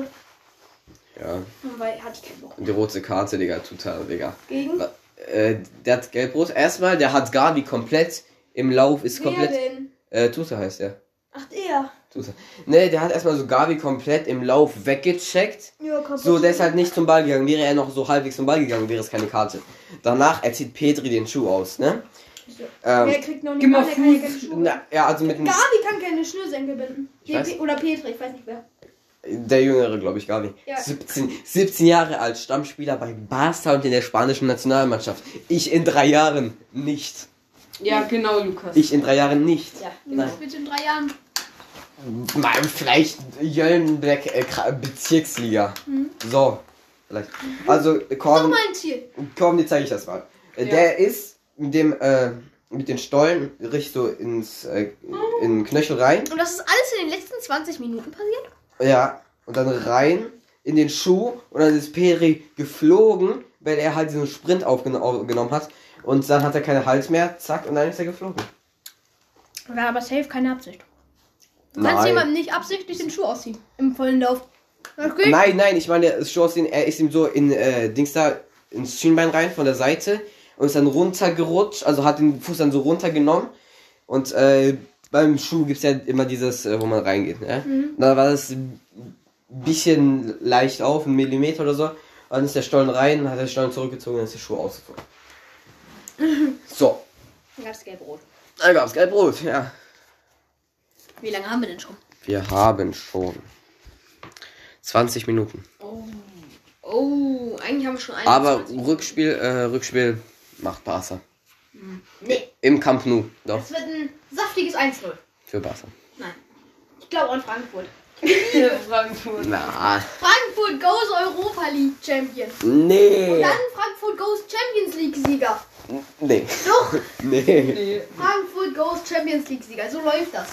C: Ja.
B: Weil hatte ich keinen Bock.
C: Und die rote Karte, Digga, total, Digga.
B: Gegen?
C: Wa- Äh, der hat gelb-rot. Erstmal, der hat Gavi komplett im Lauf, ist
B: Wer
C: komplett.
B: denn?
C: Äh, Tuta heißt er.
B: Ach, der.
C: Ne, der hat erstmal so Gavi komplett im Lauf weggecheckt.
B: Ja, kaputt.
C: So, der ist halt nicht zum Ball gegangen. Wäre er noch so halbwegs zum Ball gegangen, wäre es keine Karte. Danach, er zieht Petri den Schuh aus, ne? Ähm,
B: Der kriegt noch nicht
D: gib mal
B: mal, der kann ja
D: Fuß.
B: keine Schuhe.
C: na, ja, also mit dem,
B: Gavi kann keine Schnürsenkel binden.
C: Ich weiß.
B: Oder Petri, ich weiß nicht wer.
C: der Jüngere, glaube ich, Gavi.
B: Ja.
C: siebzehn, siebzehn Jahre alt, Stammspieler bei Barca und in der spanischen Nationalmannschaft. Ich in drei Jahren nicht.
D: Ja, genau, Lukas.
C: Ich in drei Jahren nicht.
B: Ja,
C: Nein.
B: das wird in drei Jahren.
C: Mal vielleicht Jöllenbeck äh, Kra- Bezirksliga. So, vielleicht. Also,
B: Doch
C: Korn,
B: mein Ziel.
C: komm, dir zeige ich das mal. Äh,
D: Ja.
C: Der ist mit dem, äh, mit den Stollen richtig so ins, äh, in den Knöchel rein.
B: Und das ist alles in den letzten zwanzig Minuten passiert?
C: Ja, und dann rein in den Schuh und dann ist Peri geflogen, weil er halt diesen Sprint aufgenommen hat. Und dann hat er keinen Hals mehr, zack, und dann ist er geflogen.
B: War aber safe keine Absicht. Du kannst
C: Nein.
B: jemandem nicht absichtlich den Schuh ausziehen. Im vollen Lauf. Okay.
C: Nein, nein, ich meine, der Schuss, er ist ihm so in, äh, Dings da, ins Schienbein rein von der Seite und ist dann runtergerutscht, also hat den Fuß dann so runtergenommen und, äh, beim Schuh gibt's ja immer dieses, äh, wo man reingeht, ne? Mhm. Da war das ein bisschen leicht auf, ein Millimeter oder so, und dann ist der Stollen rein, hat der Stollen zurückgezogen und dann ist der Schuh ausgezogen. So,
B: Dann gab's Gelbrot.
C: dann gab's Gelbrot, ja.
B: Wie lange haben wir denn schon?
C: Wir haben schon zwanzig Minuten.
B: Oh, eigentlich haben wir schon eine.
C: Aber Rückspiel, äh, Rückspiel macht Barca.
B: Nee,
C: Im Camp Nou, doch,
B: es wird ein saftiges eins null.
C: für Barca.
B: Nein. Ich glaube an Frankfurt.
D: Frankfurt.
C: Na,
B: Frankfurt goes Europa League Champion.
C: nee.
B: Und dann Frankfurt goes Champions League Sieger.
C: Nee.
B: Doch,
C: Nee.
D: Nee.
B: Frankfurt goes Champions League Sieger. So läuft das.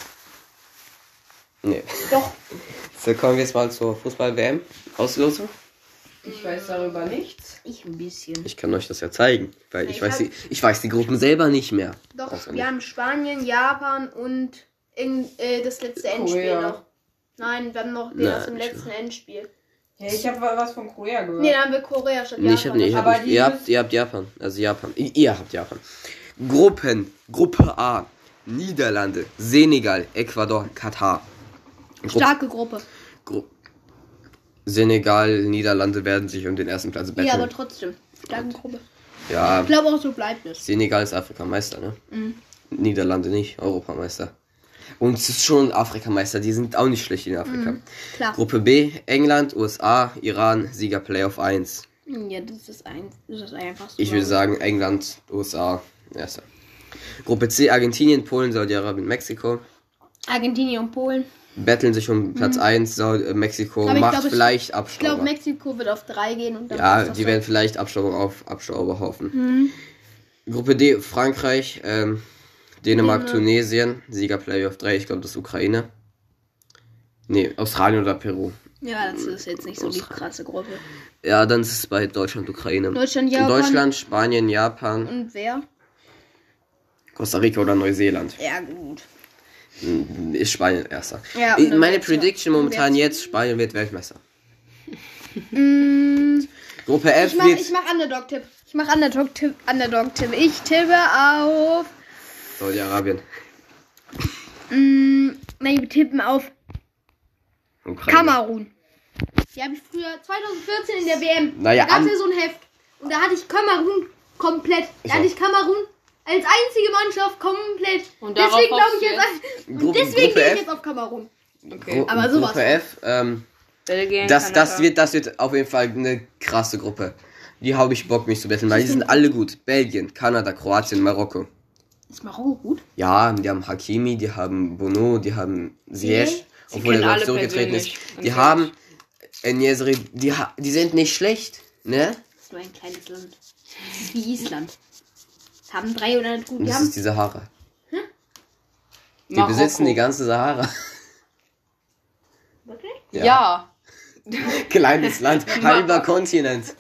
C: Nee.
B: Doch.
C: So, kommen wir jetzt mal zur Fußball-W M-Auslosung.
D: Ich weiß darüber nichts.
B: Ich ein bisschen.
C: Ich kann euch das ja zeigen, weil ich
B: Ich
C: weiß
B: hab-
C: die, ich weiß die Gruppen selber nicht mehr.
B: Doch,
C: Auswendig.
B: wir haben Spanien, Japan und in, äh, das letzte Endspiel
D: Korea.
B: noch. Nein, wir haben noch
C: Nein,
B: das im
C: ich-
B: letzten Endspiel.
D: Ja, ich habe was von Korea gehört.
B: Nee, dann haben wir Korea statt
C: Nee, ich hab
B: Japan.
C: nicht, ich hab
D: Aber
C: nicht.
D: die
C: Ihr habt,
D: müssen-
C: ihr habt Japan, also Japan. I- Ihr habt Japan. Gruppen, Gruppe A, Niederlande, Senegal, Ecuador, Katar. Gruppe,
B: Starke Gruppe.
C: Gru Senegal, Niederlande werden sich um den ersten Platz betteln.
B: Ja, aber trotzdem. Starke Gruppe.
C: Ja,
B: Ich glaube auch, so bleibt es.
C: Senegal ist Afrikameister, ne? Niederlande nicht, Europameister. Und es ist schon Afrikameister, die sind auch nicht schlecht in Afrika.
B: Klar.
C: Gruppe B, England, U S A, Iran, Sieger Playoff eins.
B: Ja, das ist, ein, das ist einfach so.
C: Ich würde sagen England, U S A, erster. Gruppe C, Argentinien, Polen, Saudi-Arabien, Mexiko.
B: Argentinien und Polen.
C: Betteln sich um Platz eins, Saudi äh, Mexiko
B: Aber ich
C: macht
B: glaub, es-
C: vielleicht
B: Ich glaube,
C: Abstauber.
B: Mexiko wird auf drei gehen und dann
C: Ja,
B: ist das
C: die
B: so.
C: werden vielleicht Abstauber auf Abstauber hoffen.
B: Mhm.
C: Gruppe D, Frankreich, ähm, Dänemark,
B: Dänemark.
C: Tunesien, Sieger Playoff drei, ich glaube das ist Ukraine. Nee, Australien oder Peru.
B: Ja, das ist jetzt nicht so die
C: Australien.
B: krasse Gruppe.
C: Ja, dann ist es bei Deutschland, Ukraine.
B: Deutschland, Japan.
C: Deutschland, Spanien, Japan,
B: Und wer?
C: Costa Rica oder Neuseeland.
B: Ja, gut.
C: Ist Spanien erster.
B: Ja,
C: Ich-
B: und dann
C: Meine
B: wird's-
C: Prediction
B: dann
C: momentan
B: wird's-
C: jetzt, Spanien wird Weltmeister.
B: Mm,
C: Gruppe F
B: ich mach,
C: wird
B: ich mach Underdog-Tipp. Ich mach Underdog-Tipp. Underdog-Tipp. Ich tippe auf.
C: Saudi-Arabien.
B: Mm, nein, wir tippen auf
C: Ukraine.
B: Kamerun. Die habe ich früher zwanzig vierzehn in der W M.
C: Naja,
B: da gab es
C: an-
B: ja so ein Heft. Und da hatte ich Kamerun komplett. Da
C: Ich
B: hatte
C: auch.
B: ich Kamerun als einzige Mannschaft komplett.
D: Und darauf
B: deswegen glaube
D: hoffst
B: ich
D: du
B: jetzt. Und
C: Gruppe-
B: deswegen
C: Gruppe
B: gehe ich
C: F.
B: jetzt auf Kamerun.
D: Okay.
C: Gru
B: Aber sowas
C: Gruppe F, ähm,
D: Belgien,
C: das,
D: Kanada.
C: das, wird, das wird auf jeden Fall eine krasse Gruppe. Die habe ich Bock, mich zu betteln, weil die sind alle gut. Belgien, Kanada, Kroatien, Marokko.
B: Ist Marokko gut?
C: Ja, die haben Hakimi, die haben Bono, die haben Ziyech,
D: Sie
C: obwohl er
D: kennen
C: glaub ich,
D: alle
C: zurückgetreten ist.
D: persönlich.
C: Die
D: Und
C: haben Enyesri, die, ha die sind nicht schlecht, ne?
B: Das ist nur ein kleines Land. Das ist wie Island. Haben drei oder gut.
C: Und
B: Die
C: das
B: haben
C: ist die Sahara. Die
D: Marokko.
C: besitzen die ganze Sahara.
B: wirklich?
D: Ja.
C: Kleines Land, halber Kontinent.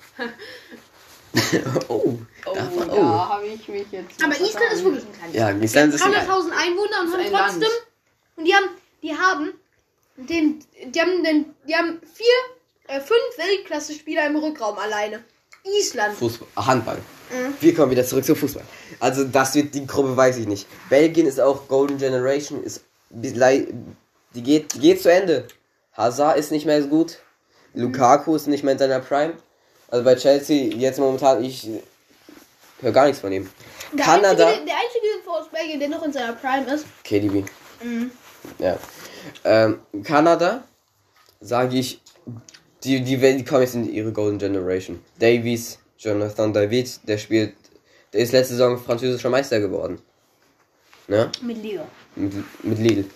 C: oh,
D: Oh,
C: da war-
D: da
C: oh.
D: habe ich mich jetzt.
B: Aber Island ist wirklich ein kleines
C: Ja, Island ist ein
B: dreihunderttausend Einwohner und
D: Das ist
B: haben
D: ein
B: trotzdem.
D: Land.
B: Und die haben, die haben den, die haben den, die haben vier, äh, fünf Weltklasse-Spieler im Rückraum alleine. Island.
C: Fußball, Handball. Wir kommen wieder zurück zum Fußball. Also das wird die Gruppe, weiß ich nicht. Belgien ist auch Golden Generation, ist belei- die geht, die geht zu Ende. Hazard ist nicht mehr so gut. Lukaku ist nicht mehr in seiner Prime. Also bei Chelsea jetzt momentan, ich höre gar nichts von ihm.
B: Der
C: Kanada.
B: Einzige, der einzige aus Belgien, der noch in seiner Prime ist.
C: K D B.
B: Mhm.
C: Ja. Ähm, Kanada, sage ich, die, die, die kommen jetzt in ihre Golden Generation. Davies, Jonathan David, der spielt, der ist letzte Saison französischer Meister geworden. Ne?
B: Mit Lyon.
C: Mit, mit Lille.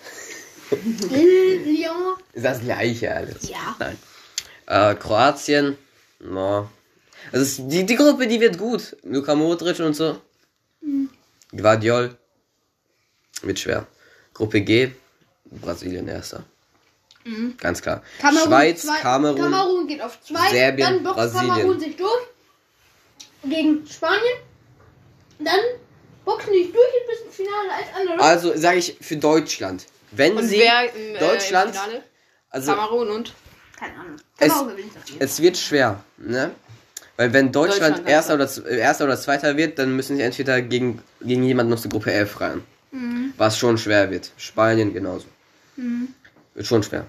B: Lyon?
C: Ist das gleiche alles?
B: Ja.
C: Nein. Äh, Kroatien, no. Also es, die, die Gruppe, die wird gut. Luka Modric und so.
B: Mhm.
C: Guardiol. Wird schwer. Gruppe G, Brasilien erster.
B: Mhm.
C: Ganz klar.
B: Kamerun,
C: Schweiz,
B: zwei,
C: Kamerun,
B: Kamerun geht auf zwei.
C: Serbien,
B: dann boxt
C: Brasilien.
B: Kamerun sich durch. Gegen Spanien. Dann boxen die sich durch bis ins Finale als andere.
C: Also sage ich für Deutschland. Wenn
D: Und
C: sie
D: wer im, äh,
C: Deutschland,
D: im Finale?
C: also
D: Kamerun und?
B: Keine Ahnung.
C: es,
B: Kamerun gewinnt das jetzt.
C: es wird schwer, ne? Weil wenn Deutschland,
D: Deutschland
C: erster, oder, Z- äh, erster oder zweiter wird, dann müssen sie entweder gegen, gegen jemanden aus der Gruppe F rein.
B: Mhm.
C: Was schon schwer wird. Spanien genauso.
B: Mhm.
C: Wird schon schwer.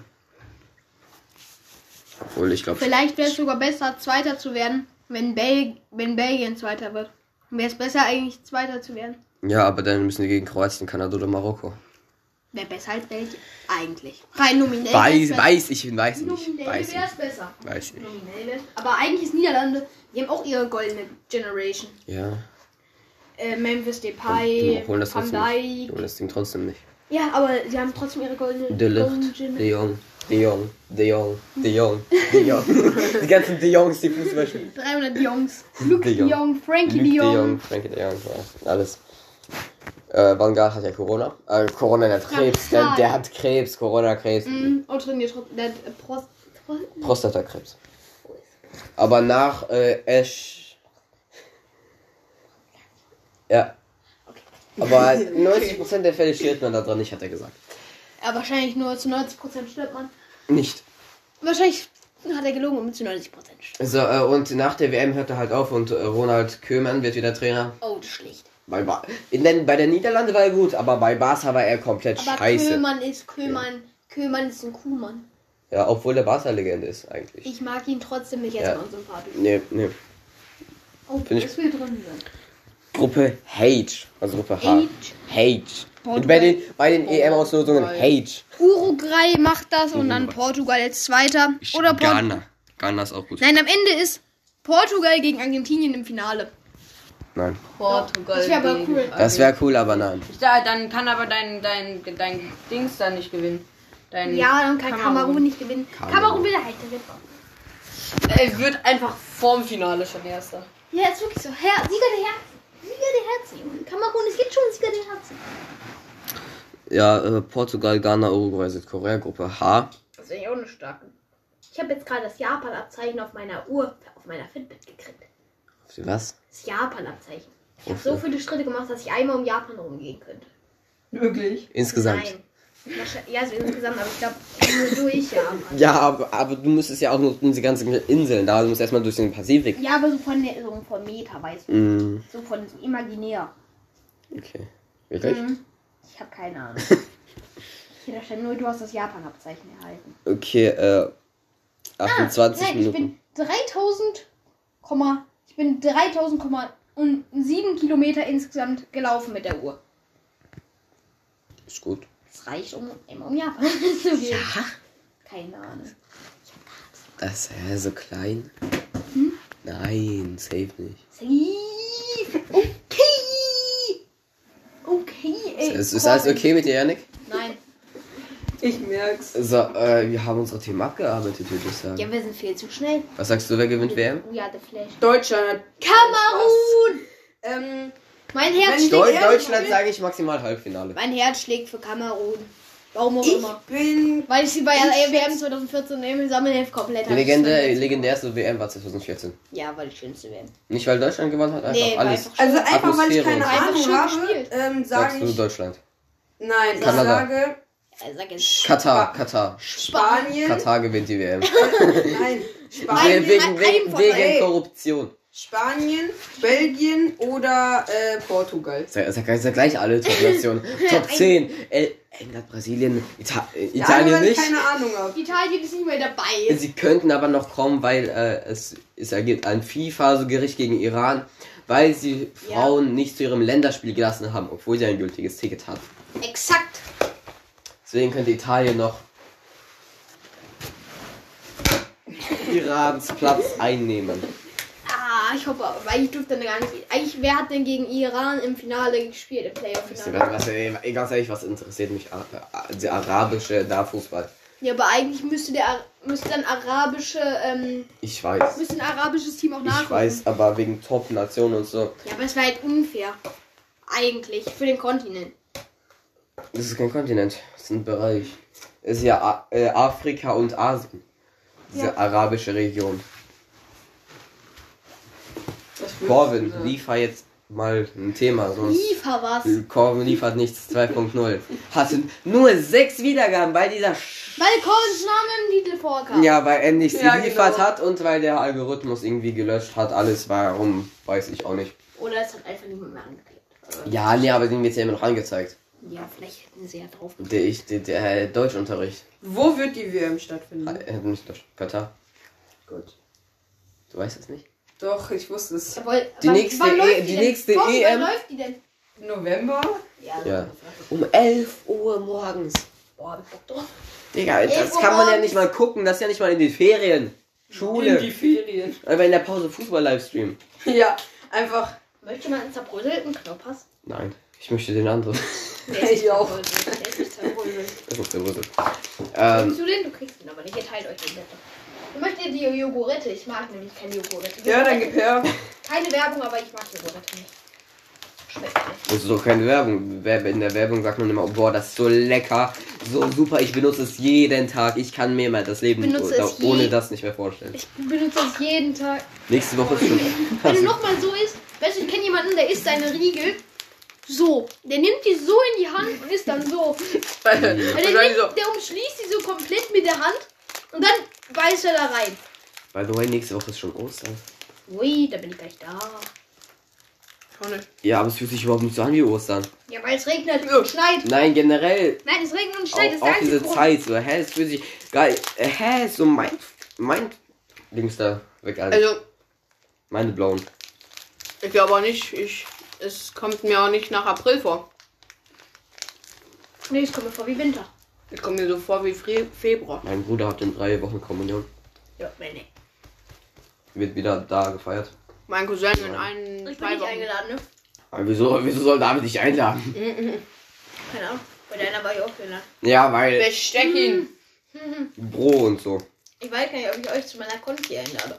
C: Obwohl, ich glaube...
B: Vielleicht wäre es sogar besser, Zweiter zu werden, wenn, Bel wenn Belgien Zweiter wird. Wäre es besser, eigentlich Zweiter zu werden.
C: Ja, aber dann müssen die gegen Kroatien, Kanada oder Marokko.
B: Wäre besser als Belgien. Eigentlich. Rein nominell.
C: Weiß,
B: wär's
C: weiß ich, weiß
B: besser.
C: nicht.
B: Nominell
C: Weiß
B: wäre es
C: ich.
B: besser.
C: Weiß ich.
B: Nominell wär's. Aber eigentlich ist Niederlande, die haben auch ihre goldene Generation.
C: Ja.
B: Äh, Memphis
C: Die
B: Depay,
C: holen das
B: Van
C: trotzdem nicht. Die
B: Dijk.
C: holen das Ding trotzdem nicht.
B: Ja, aber sie haben trotzdem ihre goldene
C: De
B: golden
C: Ligt,
B: Generation.
C: De Jong, De Jong, De Jong, De Jong, De Jong. Die ganzen De Jongs, die Fußball spielen.
B: dreihundert Jungs. Luke
C: De
B: de
C: Jong.
B: Jong, Frankie
C: Luc
B: de
C: De
B: Jong.
C: Jong, Frankie De Jong, ja, alles. Äh, Van Gaal hat ja Corona. Äh, Corona, der hat Krebs. Der, der hat Krebs, Corona-Krebs.
B: Mhm, und trainiert trotzdem. Der hat äh, Prost, Prost,
C: Prostatakrebs. Aber nach äh, Ash. Ja. Aber neunzig Prozent der Fälle stirbt man da dran nicht, hat er gesagt.
B: ja, wahrscheinlich nur zu neunzig Prozent stirbt man.
C: Nicht.
B: Wahrscheinlich hat er gelogen und zu neunzig Prozent stirbt.
C: So, äh, und nach der W M hört er halt auf und äh, Ronald Koeman wird wieder Trainer.
B: Oh, das ist schlecht.
C: Bei, ba in den, bei der Niederlande war er gut, aber bei Barca war er komplett
B: Aber
C: scheiße.
B: Köhlmann ist Köhlmann. Köhlmann ist ein Kuhmann.
C: Ja, obwohl der Barca-Legende ist eigentlich.
B: Ich mag ihn trotzdem nicht jetzt
C: Ja.
B: mal unsympathisch.
C: Nee, nee.
B: Oh,
C: Find ich-
B: das will drin sein.
C: Gruppe H. Also Gruppe H.
B: H.
C: H.
B: Portugal.
C: Und bei den, bei den E M-Auslosungen H.
B: Uruguay macht das und dann
C: Uruguay.
B: Portugal als Zweiter. Oder Port
C: Ghana. Ghana ist auch gut.
B: Nein, am Ende ist Portugal gegen Argentinien im Finale.
C: Nein.
D: Portugal.
B: Das wäre aber
D: gegen
B: cool.
C: Das wäre cool, aber nein.
D: Ich da, dann kann aber dein, dein, dein Dings da nicht gewinnen. Dein
B: Ja, dann kann
D: Kamerun.
B: Kamerun nicht gewinnen.
C: Kamerun.
B: Kamerun will halt gewinnen.
D: Er wird einfach vorm Finale schon erster.
B: Ja, ist wirklich so. Her Sieger der Herzen. Sieger der Herzen. Kamerun, es gibt schon Sieger der Herzen.
C: Ja, äh, Portugal, Ghana, Uruguay, Südkorea, Gruppe H.
B: Das ist eigentlich auch eine starke. Ich habe jetzt gerade das Japan-Abzeichen auf meiner Uhr, auf meiner Fitbit gekriegt.
C: Für was?
B: Das Japan-Abzeichen. Ich habe
C: Wofür?
B: so viele Schritte gemacht, dass ich einmal um Japan rumgehen könnte.
D: Wirklich?
C: Insgesamt.
B: Nein. Wahrscheinlich- Ja, so insgesamt, aber ich glaube nur durch Japan.
C: Ja, aber, aber du müsstest ja auch nur um die ganzen Inseln da. Du musst erstmal durch den Pazifik.
B: Ja, aber so von, der- so von Meter, weißt du.
C: Mm,
B: So von so imaginär.
C: okay. Wirklich?
B: Mhm. Ich habe keine Ahnung. Hier da steht nur, du hast das Japan-Abzeichen erhalten.
C: Okay, äh. achtundzwanzig
B: Nein, ich
C: Minuten.
B: bin dreitausend, Komma- ich bin dreitausend Komma sieben Kilometer insgesamt gelaufen mit der Uhr.
C: Ist gut.
B: Das reicht, um immer um Japan zu gehen.
C: Ja.
B: Keine Ahnung.
C: Das ist ja so klein.
B: Hm?
C: Nein, safe nicht.
B: Safe. Okay. Okay, ey.
C: Ist, ist alles okay mit dir, Janik?
B: Nein.
D: Ich merk's.
C: So, äh, wir haben unsere Themen abgearbeitet, würde ich sagen.
B: Ja, wir sind viel zu schnell.
C: Was sagst du, wer gewinnt W M?
B: Oh ja, der Flash.
D: Deutschland hat
B: Kamerun!
D: Ähm,
B: Mein Herz
D: Wenn
B: schlägt
C: Deu
D: ehrlich
C: Deutschland
D: bin-
C: sage ich maximal Halbfinale.
B: Mein Herz schlägt für Kamerun. Warum auch
D: ich
B: immer.
D: bin.
B: Weil ich sie bei
D: Ich
B: der W M
D: schätze-
B: zwanzig vierzehn im Sammelheft komplett
C: Die Legende, legendärste W M war zwanzig vierzehn.
B: Ja, war die schönste W M.
C: Nicht weil Deutschland gewonnen hat, einfach
B: Nee, war
C: alles.
B: einfach
D: Also einfach weil ich
C: Atmosphäre
D: keine
C: und so.
B: Einfach
D: Ahnung
B: schön
D: habe,
B: gespielt.
D: ähm,
C: Sagst
D: sage
C: du
D: ich.
C: Deutschland?
D: Nein, ich
C: Kanada.
D: sage
B: Also, sag jetzt.
C: Katar, Katar.
D: Spanien.
C: Katar gewinnt die W M.
D: Nein, Spanien.
C: wegen
B: ein-
C: wegen,
B: ein von
C: wegen
D: drei.
C: Korruption.
D: Spanien, Belgien oder äh, Portugal.
C: Sag, sag, sag gleich alle Top-Nationen. Top zehn. El, England, Brasilien, Ita äh,
D: Ja,
C: Italien
D: weil ich
C: nicht.
D: keine Ahnung habe.
B: Italien ist nicht mehr dabei.
C: Sie könnten aber noch kommen, weil äh, es, es ergibt ein FIFA-Gericht gegen Iran, weil sie Frauen
B: Ja.
C: nicht zu ihrem Länderspiel gelassen haben, obwohl sie ein gültiges Ticket hatten.
B: Exakt.
C: Deswegen könnte Italien noch Irans Platz einnehmen.
B: Ah, ich hoffe, aber eigentlich dürfte dann gar nicht. Eigentlich, wer hat denn gegen Iran im Finale gespielt, im
C: Weißt du,
B: Playoff-Finale?
C: was, ey, ganz ehrlich, was interessiert mich äh, der arabische da Fußball?
B: Ja, aber eigentlich müsste der Ar- müsste dann arabische, ähm,
C: Ich weiß.
B: müsste ein arabisches Team auch nachrücken.
C: Ich weiß, aber wegen Top-Nationen und so.
B: Ja, aber es wäre halt unfair. Eigentlich, für den Kontinent.
C: Das ist kein Kontinent, das ist ein Bereich. Es ist ja A äh, Afrika und Asien. Diese
B: Ja.
C: arabische Region.
D: Was für-
C: Corvin,
D: Ja.
C: liefer jetzt mal ein Thema. Sonst
B: Liefer was.
C: Corvin liefert nichts zwei Punkt null. Hatte nur sechs Wiedergaben bei dieser Sch
B: Weil Collins Name im Titel vorkam.
C: Ja, weil er nichts
D: Ja,
C: geliefert
D: genau.
C: hat und weil der Algorithmus irgendwie gelöscht hat. Alles warum, weiß ich auch nicht.
B: Oder es hat einfach niemand mehr angeklickt.
C: Ja, nee, aber den wird ja immer noch angezeigt.
B: Ja, vielleicht hätten sie ja drauf.
C: Der, ich, der, der äh, Deutschunterricht.
D: Wo wird die W M stattfinden?
C: Äh, nicht Deutsch, Katar.
D: Gut.
C: Du weißt es nicht?
D: Doch, ich wusste es.
B: Jawohl,
C: Die
B: wann-
C: nächste
B: wann
C: E-
B: läuft
C: die
B: denn?
C: nächste
B: Komm,
C: E
B: wann
C: M
B: läuft die denn?
D: November?
C: Ja. Um elf Uhr morgens.
B: Boah, hab ich Bock drauf.
C: Digga, das
B: elf Uhr
C: kann man ja
B: morgens.
C: nicht mal gucken. Das ist ja nicht mal in den Ferien.
D: In die
C: Schule.
D: Ferien.
C: Einfach in der Pause Fußball-Livestream.
D: Ja, einfach.
B: Möchte man einen zerbröselten Knoppers?
C: Nein, ich möchte den anderen.
B: Der ist nicht
D: Ich auch.
B: zerbröselt. Der ist nicht zerbröselt.
C: Das ist der Rüssel. Ähm,
B: Nimmst du den? Du kriegst ihn aber nicht. Ihr teilt euch den bitte. Du möchtest die Jogurette? Ich mag nämlich keine Jogurette.
D: Ja, dann gib her.
B: Keine Werbung, aber ich mag Jogurette nicht. Schmeckt nicht.
C: das ist doch keine Werbung. Wer- In der Werbung sagt man immer, boah, das ist so lecker, so super, ich benutze es jeden Tag. Ich kann mir mal das Leben
B: Benutze
C: da-
B: es je-
C: ohne das nicht mehr vorstellen.
B: Ich benutze das jeden Tag.
C: Nächste Woche ist schon.
B: Wenn du nochmal so isst, weißt du, ich kenne jemanden, der isst seine Riegel so. Der nimmt die so in die Hand und isst dann so.
D: Weil,
B: Der,
D: wahrscheinlich
B: nimmt,
D: so.
B: der umschließt die so komplett mit der Hand und dann beißt er da rein.
C: By the way, nächste Woche ist schon Ostern.
B: Ui, da bin ich gleich da.
D: Schau nicht.
C: Ja, aber es fühlt sich überhaupt nicht so an wie Ostern.
B: Ja, weil es regnet
D: Ja.
B: und schneit.
C: Nein, generell.
B: Nein, es regnet und schneit. Das
C: Auch,
B: ist
C: auch
B: der
C: diese
B: einzige Grund.
C: Zeit, so, hä, es fühlt sich geil. Äh, hä, ist so mein. Mein. Dings da weg, Alter.
D: Also,
C: Meine blauen.
D: ich glaube auch nicht. Ich, es kommt mir auch nicht nach April vor.
B: Nee, es kommt mir vor wie Winter.
D: Ich komme mir so vor wie Fre Februar.
C: Mein Bruder hat in drei Wochen Kommunion.
B: Ja, nee.
C: Wird wieder da gefeiert.
D: Mein Cousin in einen,
B: Ich bin
D: zwei
B: nicht
D: Wochen.
B: eingeladen, ne?
C: Aber wieso, wieso soll David dich einladen?
B: Keine Ahnung. Bei deiner war ich auch geladen.
C: Ja, weil
D: Besteck ihn.
C: Bro und so.
B: Ich weiß gar nicht, ob ich euch zu meiner Konfi einlade.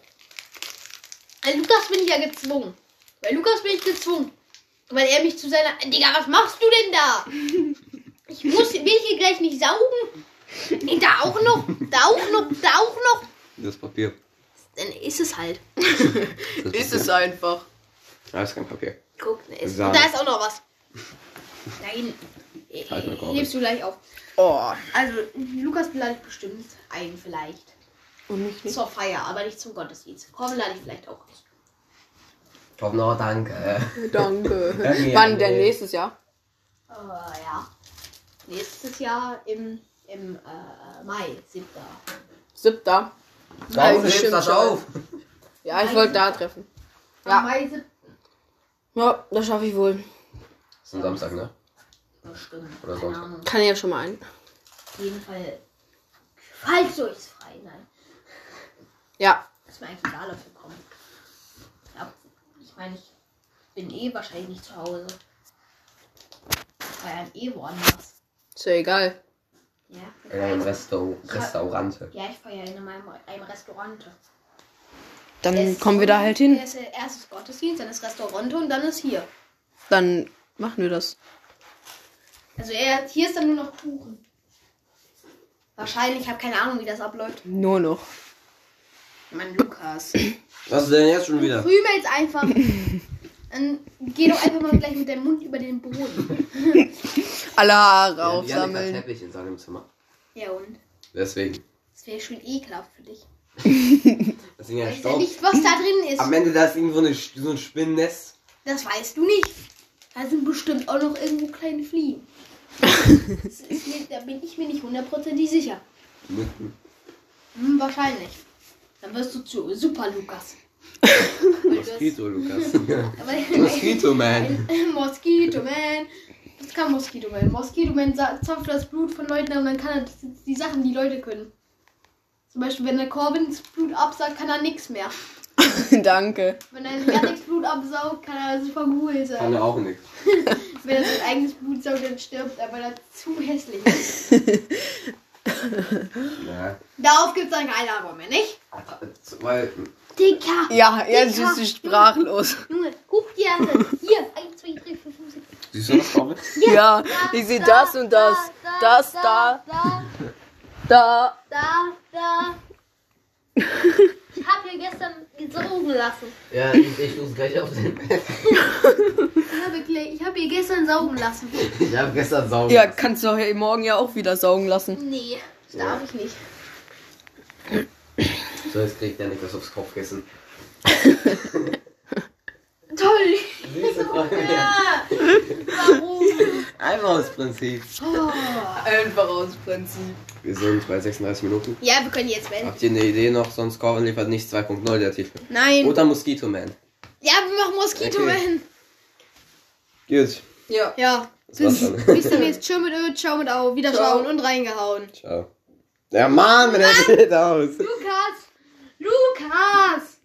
B: Bei Lukas bin ich ja gezwungen. Bei Lukas bin ich gezwungen. Weil er mich zu seiner... Digga, was machst du denn da? Ich muss... Will ich hier gleich nicht saugen? Nee, da auch noch. Da auch noch. Da auch noch.
C: Das Papier.
B: Dann ist es halt.
C: Das
D: Ist
C: Papier.
D: es einfach.
C: Ja, ist kein Papier.
B: Guck, ne, ist,
C: Sahne.
B: und da ist auch noch was. Nein.
C: Halt mal, Gordon.
B: Hebst du gleich auf.
D: Oh.
B: Also, Lukas beleidigt bestimmt einen vielleicht.
D: Und mich nicht.
B: Zur Feier, aber nicht zum Gottesdienst. Korn lade ich vielleicht auch aus.
C: Top noch, danke.
D: Danke.
C: Ja,
D: Wann
C: nee.
D: denn? Nächstes Jahr?
B: Äh, ja. Nächstes Jahr im, im äh, Mai, siebter
D: Siebter.
C: Warum
D: Ja,
C: hebst
D: bestimmt
C: das
D: schon.
C: auf?
D: Ja, ich wollte da treffen.
B: Am
D: Ja.
B: Mai siebten.
D: Ja, das schaffe ich wohl.
C: Das ist ein Samstag, ne?
B: Bestimmt.
C: Oder
B: Keine
C: Sonntag.
B: Ahnung.
D: Kann ich ja schon mal ein.
B: Auf jeden Fall. Falls euch frei sein.
D: Ja.
B: Ist mir eigentlich egal, ob wir kommen. Ja, ich meine, ich bin eh wahrscheinlich nicht zu Hause. Ich feiern eh woanders.
D: Ist ja egal.
B: Ja, wir
C: In einem
B: feiern-
C: Restau Restaurante.
B: ja, ich feiere in meinem, einem Restaurant.
D: Dann
B: Erst-
D: kommen wir da halt hin.
B: Erst, erst ist Gottesdienst, dann ist Restaurant und dann ist hier.
D: Dann machen wir das.
B: Also er, hier ist dann nur noch Kuchen. Wahrscheinlich, ich habe keine Ahnung, wie das abläuft.
D: Nur noch.
B: Mein Lukas.
C: Was ist denn jetzt schon wieder?
B: Krümel's einfach. Dann geh doch einfach mal gleich mit deinem Mund über den Boden.
D: Alle Haare
C: Ja, Janik hat
D: aufsammeln.
C: Teppich in seinem Zimmer.
B: Ja und?
C: Deswegen.
B: Das wäre schon ekelhaft für dich.
C: Deswegen ja
B: Weiß ja
C: Staub.
B: nicht, was da drin ist.
C: Am Ende da ist irgendwo eine, so ein Spinnennest.
B: Das weißt du nicht. Da sind bestimmt auch noch irgendwo kleine Fliegen. Das ist mir bin ich mir nicht hundertprozentig sicher.
C: Mücken.
B: Hm, wahrscheinlich. Dann wirst du zu Super Lukas. Weil du hast-
C: Moskito, Lukas.
B: Aber-
C: Moskito Man.
B: Ein Moskito Man. Das kann Moskito Man. Moskito Man sa- zapft das Blut von Leuten und dann kann er das, die Sachen, die Leute können. Zum Beispiel, wenn der Corbin das Blut absaugt, kann er nichts mehr.
D: Danke.
B: Wenn er Yannicks Blut absaugt, kann er super cool
C: Kann
B: sein.
C: er auch nicht.
B: Wenn er sein eigenes Blut saugt, dann stirbt er, weil er zu hässlich ist.
C: Ja.
B: Darauf gibt es dann keine Antwort mehr, nicht?
C: Weil,
B: Dicker!
D: Ja, jetzt
B: Dicker.
D: ist sie sprachlos.
B: Junge, guck dir an. Hier, eins, zwei, drei, vier, fünf, sechs.
C: siehst du das, Corbin?
D: Ja, ich sehe das und das. Das da.
B: Da,
D: Da.
B: da, da. Ich hab hier gestern gesaugen lassen.
C: Ja, ich, ich muss gleich auf den Bett.
B: Ich habe, gleich- ich habe hier gestern saugen lassen.
C: Ich habe gestern saugen.
D: Ja, kannst du doch ja morgen ja auch wieder saugen lassen.
B: Nee, das darf ich nicht.
C: So, jetzt kriegt der Niklas aufs Kopfkissen.
B: Toll!
C: Süße Freunde.
B: Ja. Warum?
C: Einfach aus Prinzip.
B: Oh.
D: Einfach aus Prinzip.
C: Wir sind bei sechsunddreißig Minuten.
B: Ja, wir können jetzt beenden.
C: Habt ihr eine Idee noch? Sonst Corbin liefert nicht zwei Punkt null der Titel.
B: Nein.
C: Oder Mosquito Man.
B: Ja, wir machen Moskito
C: Okay.
B: Man.
C: Gut.
D: Ja.
B: Ja.
C: Das war's dann.
B: Bis dann jetzt. Tschö mit Ö, ciao mit Au. Wiederschauen und reingehauen.
C: Ciao. Ja, Mann, wenn er geht aus.
B: Lukas! Lukas!